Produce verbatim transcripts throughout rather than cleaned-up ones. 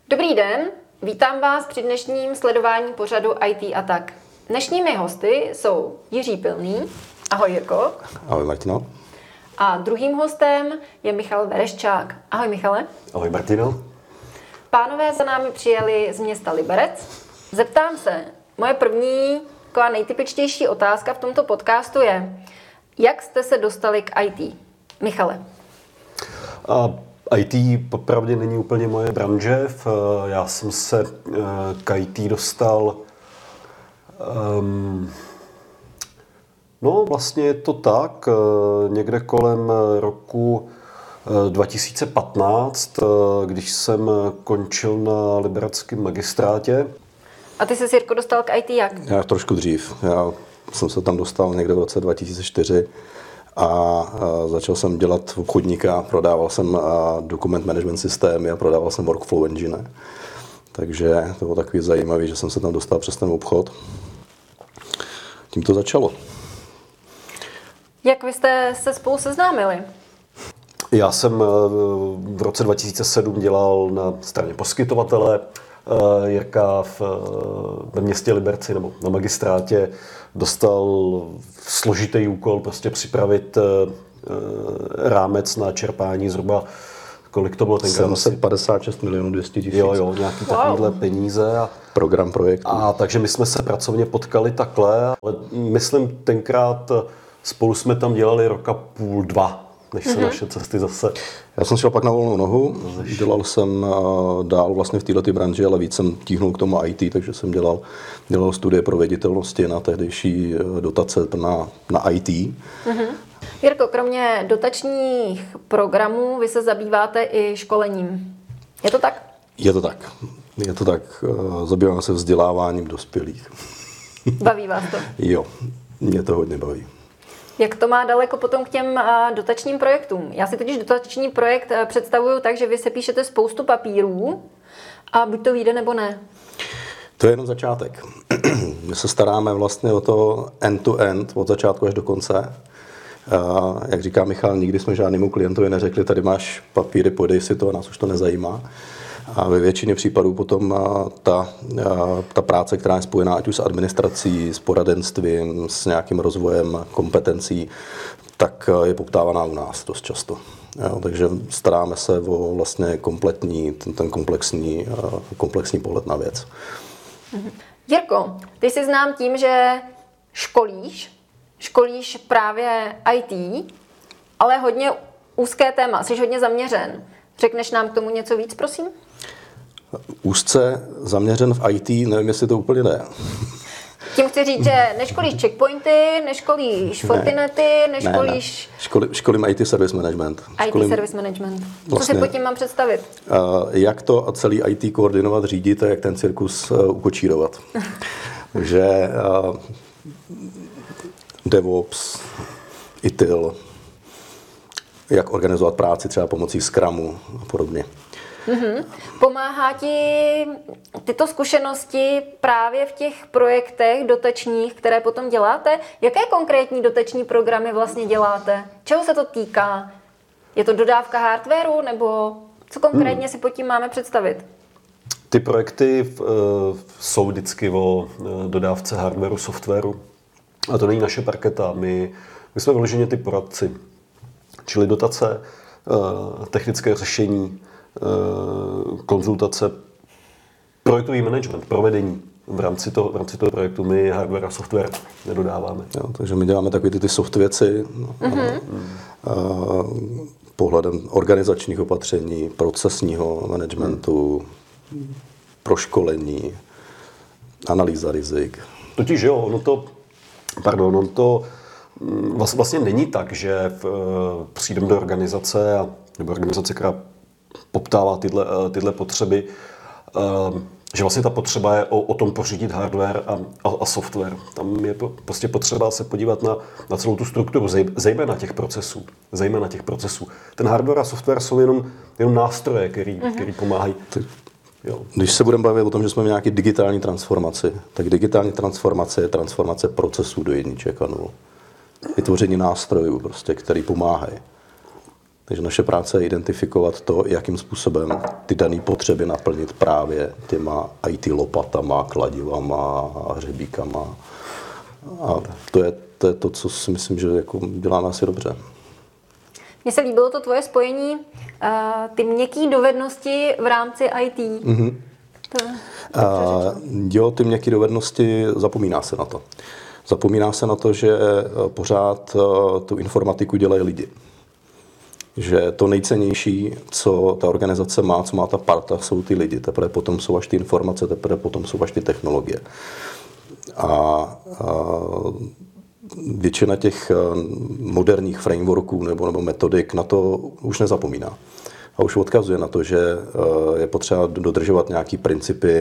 Dobrý den, vítám vás při dnešním sledování pořadu í té a tak. Dnešními hosty jsou Jiří Pilný. Ahoj Jirko. Ahoj Martino. A druhým hostem je Michal Vereščák. Ahoj Michale. Ahoj Martino. Pánové za námi přijeli z města Liberec. Zeptám se, moje první taková nejtypičtější otázka v tomto podcastu je, jak jste se dostali k í té? Michale. A í té popravdě není úplně moje branže. Já jsem se k í té dostal um, no vlastně je to tak, někde kolem roku dva tisíce patnáct, když jsem končil na libereckém magistrátě. A ty jsi, Jirko, dostal k í té jak? Já trošku dřív. Já jsem se tam dostal někde v roce dva tisíce čtyři a začal jsem dělat obchodníka, prodával jsem dokument management systémy a prodával jsem workflow engine. Takže to bylo takový zajímavý, že jsem se tam dostal přes ten obchod. Tím to začalo. Jak vy jste se spolu seznámili? Já jsem v roce dva tisíce sedm dělal na straně poskytovatele. Jirka v, ve městě Liberci nebo na magistrátě dostal složitý úkol prostě připravit rámec na čerpání zhruba, kolik to bylo tenkrát? sedm set padesát šest milionů dvě stě tisíc. Jo, jo, nějaký wow. takovýhle peníze. A, program projektu. A takže my jsme se pracovně potkali takhle, ale myslím tenkrát spolu jsme tam dělali roka půl, dva. Než se mm-hmm. naše cesty zase. Já jsem šel pak na volnou nohu, dělal jsem dál vlastně v této branži, ale víc jsem tíhnul k tomu í té, takže jsem dělal, dělal studie proveditelnosti na tehdejší dotace na, na í té. Mm-hmm. Jirko, kromě dotačních programů vy se zabýváte i školením. Je to tak? Je to tak. Je to tak. Zabývám se vzděláváním dospělých. Baví vás to? Jo, mě to hodně baví. Jak to má daleko potom k těm dotačním projektům? Já si totiž dotační projekt představuju tak, že vy se píšete spoustu papírů a buď to vyjde, nebo ne. To je jenom začátek. My se staráme vlastně o to end-to-end, od začátku až do konce. A jak říká Michal, nikdy jsme žádnému klientovi neřekli, tady máš papíry, podej si to, nás už to nezajímá. A ve většině případů potom ta, ta práce, která je spojená ať už s administrací, s poradenstvím, s nějakým rozvojem kompetencí, tak je poptávaná u nás dost často. Jo, takže staráme se o vlastně kompletní, ten, ten komplexní, komplexní pohled na věc. Jirko, ty jsi znám tím, že školíš, školíš právě í té, ale hodně úzké téma, jsi hodně zaměřen. Řekneš nám k tomu něco víc, prosím? Úzce zaměřen v í té, nevím, jestli to úplně jde. Tím chci říct, že neškolíš checkpointy, neškolíš Fortinety, neškolíš... Ne, ne. Školy, školím í té service management. í té školím... service management. Vlastně, co si pod tím mám představit? Uh, jak to a celý í té koordinovat, řídit a jak ten cirkus uh, ukočírovat. Takže uh, DevOps, í té el, jak organizovat práci třeba pomocí Scrumu a podobně. Mm-hmm. Pomáhá ti tyto zkušenosti právě v těch projektech dotačních, které potom děláte? Jaké konkrétní dotační programy vlastně děláte? Čeho se to týká? Je to dodávka hardwaru nebo co konkrétně hmm. si pod tím máme představit? Ty projekty v, uh, jsou vždycky o uh, dodávce hardwaru, softwaru. A to není naše parketa. My, my jsme vyloženě ty poradci. Čili dotace, uh, technické řešení, konzultace, projektový management, provedení. V rámci toho, v rámci toho projektu my hardware a software nedodáváme. Jo, takže my děláme takové ty, ty soft věci, mm-hmm. a, a, pohledem organizačních opatření, procesního managementu, proškolení, analýza rizik. Totiž jo, ono to, pardon, ono to vlastně není tak, že v, přijdeme do organizace, a, nebo organizace, která poptává tyhle, tyhle potřeby, že vlastně ta potřeba je o, o tom pořídit hardware a, a, a software. Tam je prostě potřeba se podívat na, na celou tu strukturu, zejména těch procesů. Zejména těch procesů. Ten hardware a software jsou jenom, jenom nástroje, který, mm-hmm. který pomáhají. Jo. Když se budeme bavit o tom, že jsme v nějaké digitální transformaci, tak digitální transformace je transformace procesů do jedniček a nul. Vytvoření nástrojů, prostě, který pomáhají. Takže naše práce je identifikovat to, jakým způsobem ty dané potřeby naplnit právě těma í té lopatama, kladivama a hřebíkama. A to je, to je to, co si myslím, že jako děláme asi dobře. Mně se líbilo to tvoje spojení, uh, ty měkké dovednosti v rámci í té. Mm-hmm. To, to uh, jo, ty měkké dovednosti, zapomíná se na to. Zapomíná se na to, že pořád uh, tu informatiku dělají lidi. Že to nejcennější, co ta organizace má, co má ta parta, jsou ty lidi. Teprve potom jsou až ty informace, teprve potom jsou až ty technologie. A, a většina těch moderních frameworků nebo, nebo metodik na to už nezapomíná. A už odkazuje na to, že je potřeba dodržovat nějaké principy,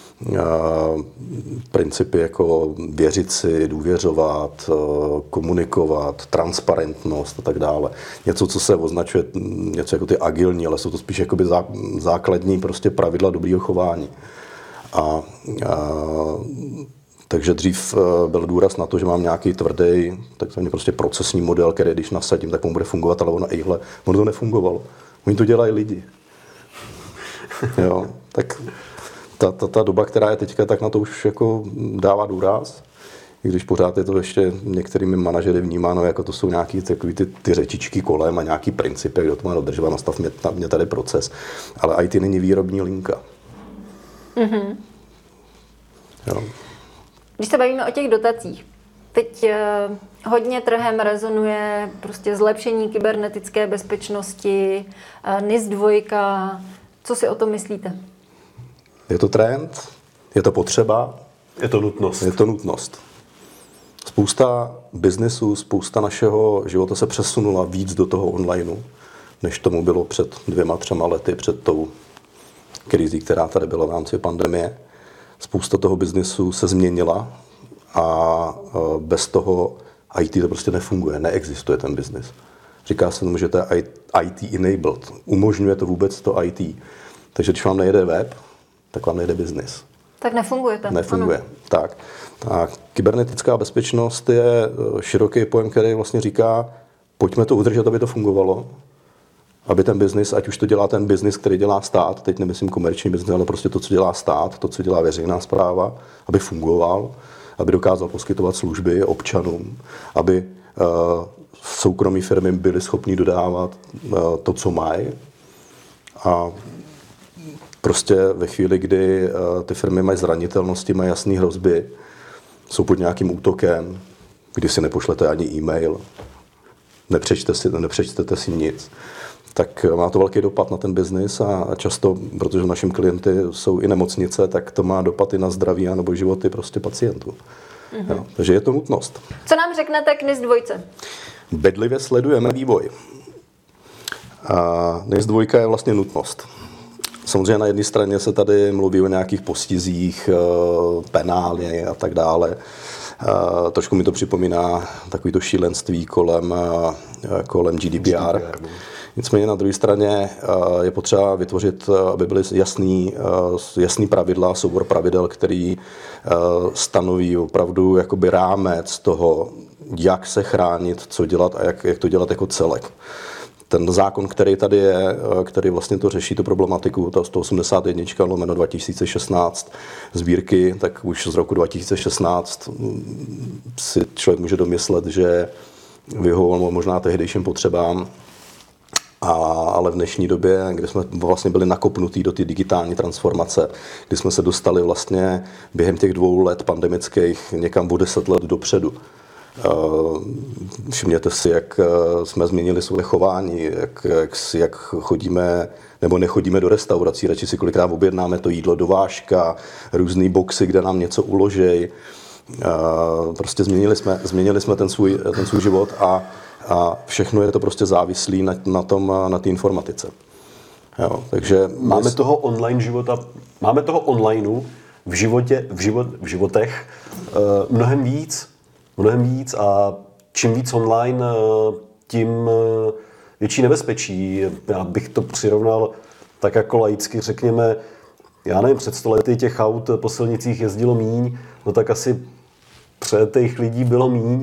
principy jako věřit si, důvěřovat, komunikovat, transparentnost a tak dále. Něco, co se označuje, něco jako ty agilní, ale jsou to spíš jakoby základní prostě pravidla dobrého chování. A, a takže dřív byl důraz na to, že mám nějaký tvrdý, takzvaný prostě procesní model, který když nasadím, tak on bude fungovat, ale ono, ejhle, ono to nefungovalo. Oni to dělají lidi. Jo, tak ta, ta, ta doba, která je teďka, tak na to už jako dává důraz. I když pořád je to ještě některými manažery vnímáno, jako to jsou nějaký takový ty, ty řečičky kolem a nějaký principy, kdo to má dodržovat, nastav mě, mě tady proces. Ale í té není výrobní linka. Mm-hmm. Jo. Když se bavíme o těch dotacích, teď eh, hodně trhem rezonuje prostě zlepšení kybernetické bezpečnosti, eh, N I S dva. Co si o tom myslíte? Je to trend, je to potřeba, je to nutnost. Je to nutnost. Spousta biznesů, spousta našeho života se přesunula víc do toho onlineu, než tomu bylo před dvěma, třema lety, před tou krizí, která tady byla v rámci pandemie. Spousta toho biznesu se změnila a bez toho í té to prostě nefunguje, neexistuje ten biznis. Říká se tomu, že to je í té enabled, umožňuje to vůbec to í té. Takže když vám nejde web, tak vám nejde biznis. Tak nefunguje to. Nefunguje. Ano. Tak. A kybernetická bezpečnost je široký pojem, který vlastně říká, pojďme to udržet, aby to fungovalo, aby ten biznis, ať už to dělá ten biznis, který dělá stát, teď nemyslím komerční biznis, ale prostě to, co dělá stát, to, co dělá veřejná správa, aby fungoval, aby dokázal poskytovat služby občanům, aby uh, soukromí firmy byly schopní dodávat uh, to, co mají. A prostě ve chvíli, kdy uh, ty firmy mají zranitelnosti, mají jasné hrozby, jsou pod nějakým útokem, kdy si nepošlete ani e-mail, nepřečtete si, nepřečtete si nic, tak má to velký dopad na ten biznis a často, protože našim klienty jsou i nemocnice, tak to má dopad i na zdraví a nebo životy prostě pacientů. Mm-hmm. Jo, takže je to nutnost. Co nám řeknete k N I S dva? Bedlivě sledujeme vývoj. A N I S dva je vlastně nutnost. Samozřejmě na jedné straně se tady mluví o nějakých postizích, penály a tak dále. Trošku mi to připomíná takový to šílenství kolem, kolem G D P R. Nicméně na druhé straně je potřeba vytvořit, aby byly jasný, jasný pravidla, soubor pravidel, který stanoví opravdu jakoby rámec toho, jak se chránit, co dělat a jak, jak to dělat jako celek. Ten zákon, který tady je, který vlastně to řeší, tu problematiku, ta sto osmdesát jedna lomeno dva tisíce šestnáct sbírky, tak už z roku dva tisíce šestnáct si člověk může domyslet, že vyhovoval možná tehdejším potřebám, a, ale v dnešní době, kdy jsme vlastně byli nakopnutí do té digitální transformace, kdy jsme se dostali vlastně během těch dvou let pandemických někam o deset let dopředu. Všimněte si, jak jsme změnili své chování, jak, jak, jak chodíme nebo nechodíme do restaurací, radši si kolikrát objednáme to jídlo do váška, různý boxy, kde nám něco uložej. Prostě změnili jsme, změnili jsme ten svůj, ten svůj život a, a všechno je to prostě závislý na, na tom, na té informatice. Jo, takže máme toho online života, máme toho onlineu v životě, v, život, v životech uh, mnohem víc, mnohem víc a čím víc online, tím větší nebezpečí. Já bych to přirovnal tak jako laicky, řekněme, já nevím, před sto lety těch aut po silnicích jezdilo míň, no tak asi před těch lidí bylo míň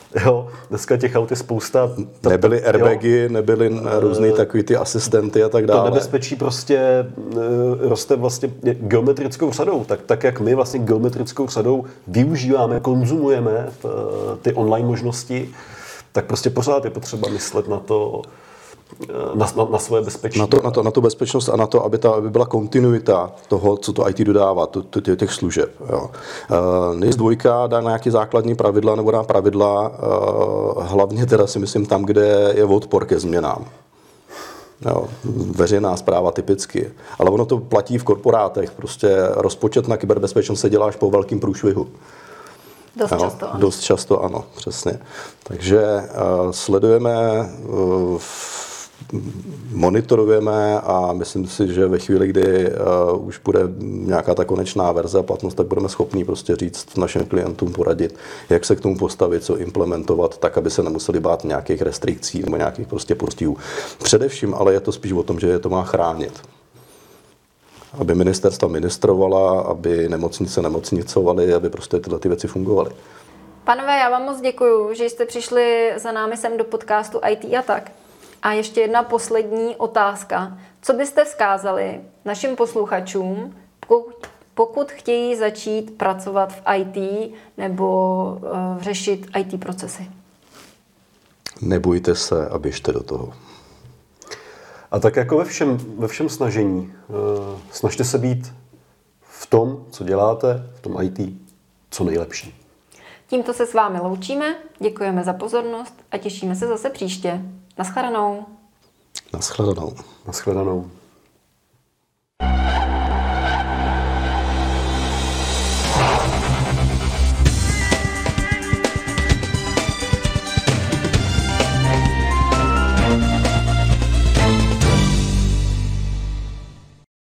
Jo, dneska těch aut je spousta. Nebyly airbagy, nebyly různý takový ty asistenty a tak dále. To nebezpečí prostě e, roste vlastně geometrickou řadou. Tak, tak jak my vlastně geometrickou řadou využíváme, konzumujeme v, ty online možnosti, tak prostě pořád je potřeba myslet na to, na, na, na svoje bezpečí. Na, to, na, to, na tu bezpečnost a na to, aby, ta, aby byla kontinuita toho, co to í té dodává, to, to, těch služeb. Jo. Uh, N I S dva dá nějaké základní pravidla nebo dá pravidla, uh, hlavně teda si myslím tam, kde je odpor ke změnám. Jo, veřejná správa typicky. Ale ono to platí v korporátech. Prostě rozpočet na kyberbezpečnost se dělá až po velkým průšvihu. Dost ano, často. Ano. Dost často, ano, přesně. Takže uh, sledujeme, uh, monitorujeme a myslím si, že ve chvíli, kdy uh, už bude nějaká ta konečná verze a platnost, tak budeme schopni prostě říct našim klientům, poradit, jak se k tomu postavit, co implementovat, tak, aby se nemuseli bát nějakých restrikcí nebo nějakých prostě postihů. Především, ale je to spíš o tom, že je to má chránit. Aby ministerstva ministrovala, aby nemocnice nemocnicovaly, aby prostě tyhle ty věci fungovaly. Panové, já vám moc děkuju, že jste přišli za námi sem do podcastu í té a tak. A ještě jedna poslední otázka. Co byste vzkázali našim posluchačům, pokud, pokud chtějí začít pracovat v í té nebo uh, řešit í té procesy? Nebojte se a běžte do toho. A tak jako ve všem, ve všem snažení, snažte se být v tom, co děláte, v tom í té, co nejlepší. Tímto se s vámi loučíme, děkujeme za pozornost a těšíme se zase příště. Naschledanou. Naschledanou. Naschledanou.